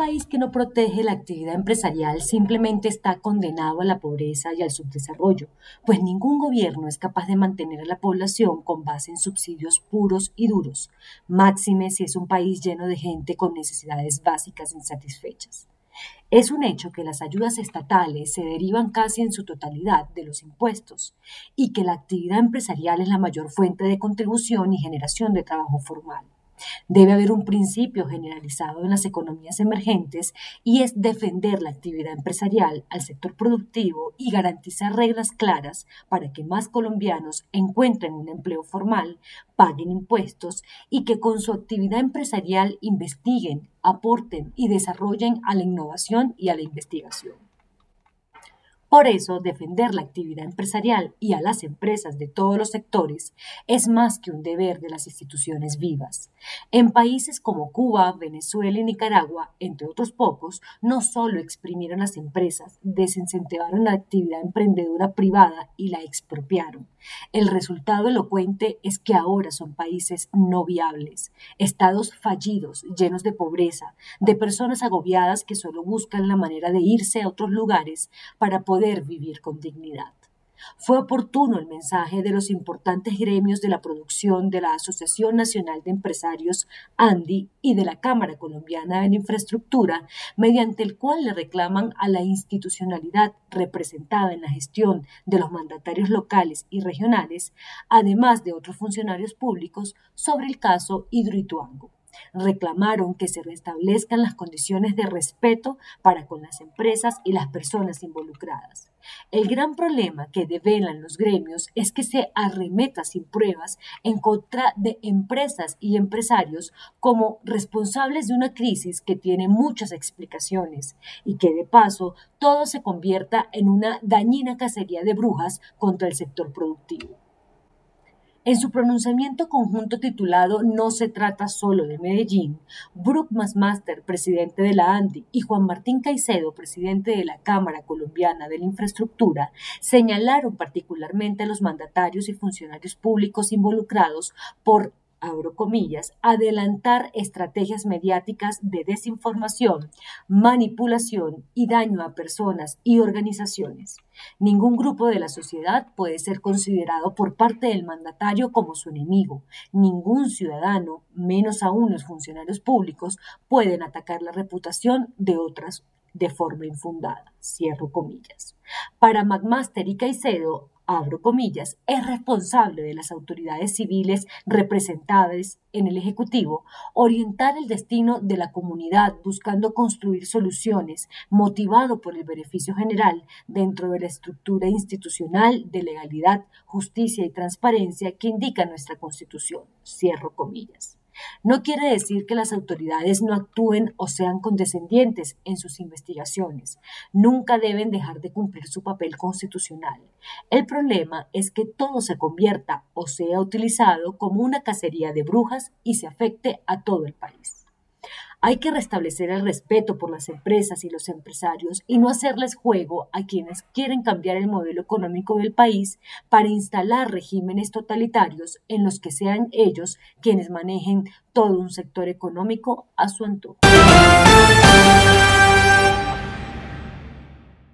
país que no protege la actividad empresarial simplemente está condenado a la pobreza y al subdesarrollo, pues ningún gobierno es capaz de mantener a la población con base en subsidios puros y duros, máxime si es un país lleno de gente con necesidades básicas insatisfechas. Es un hecho que las ayudas estatales se derivan casi en su totalidad de los impuestos y que la actividad empresarial es la mayor fuente de contribución y generación de trabajo formal. Debe haber un principio generalizado en las economías emergentes y es defender la actividad empresarial al sector productivo y garantizar reglas claras para que más colombianos encuentren un empleo formal, paguen impuestos y que con su actividad empresarial investiguen, aporten y desarrollen a la innovación y a la investigación. Por eso, defender la actividad empresarial y a las empresas de todos los sectores es más que un deber de las instituciones vivas. En países como Cuba, Venezuela y Nicaragua, entre otros pocos, no solo exprimieron las empresas, desincentivaron la actividad emprendedora privada y la expropiaron. El resultado elocuente es que ahora son países no viables, estados fallidos, llenos de pobreza, de personas agobiadas que solo buscan la manera de irse a otros lugares para poder vivir con dignidad. Fue oportuno el mensaje de los importantes gremios de la producción de la Asociación Nacional de Empresarios ANDI y de la Cámara Colombiana de la Infraestructura, mediante el cual le reclaman a la institucionalidad representada en la gestión de los mandatarios locales y regionales, además de otros funcionarios públicos, sobre el caso Hidroituango. Reclamaron que se restablezcan las condiciones de respeto para con las empresas y las personas involucradas. El gran problema que develan los gremios es que se arremeta sin pruebas en contra de empresas y empresarios como responsables de una crisis que tiene muchas explicaciones y que de paso todo se convierta en una dañina cacería de brujas contra el sector productivo. En su pronunciamiento conjunto titulado No se trata solo de Medellín, Brook McMaster, presidente de la ANDI, y Juan Martín Caicedo, presidente de la Cámara Colombiana de la Infraestructura, señalaron particularmente a los mandatarios y funcionarios públicos involucrados por, abro comillas, adelantar estrategias mediáticas de desinformación, manipulación y daño a personas y organizaciones. Ningún grupo de la sociedad puede ser considerado por parte del mandatario como su enemigo. Ningún ciudadano, menos aún los funcionarios públicos, pueden atacar la reputación de otras de forma infundada. Cierro comillas. Para McMaster y Caicedo, abro comillas, es responsable de las autoridades civiles representadas en el Ejecutivo orientar el destino de la comunidad buscando construir soluciones motivado por el beneficio general dentro de la estructura institucional de legalidad, justicia y transparencia que indica nuestra Constitución. Cierro comillas. No quiere decir que las autoridades no actúen o sean condescendientes en sus investigaciones. Nunca deben dejar de cumplir su papel constitucional. El problema es que todo se convierta o sea utilizado como una cacería de brujas y se afecte a todo el país. Hay que restablecer el respeto por las empresas y los empresarios y no hacerles juego a quienes quieren cambiar el modelo económico del país para instalar regímenes totalitarios en los que sean ellos quienes manejen todo un sector económico a su antojo.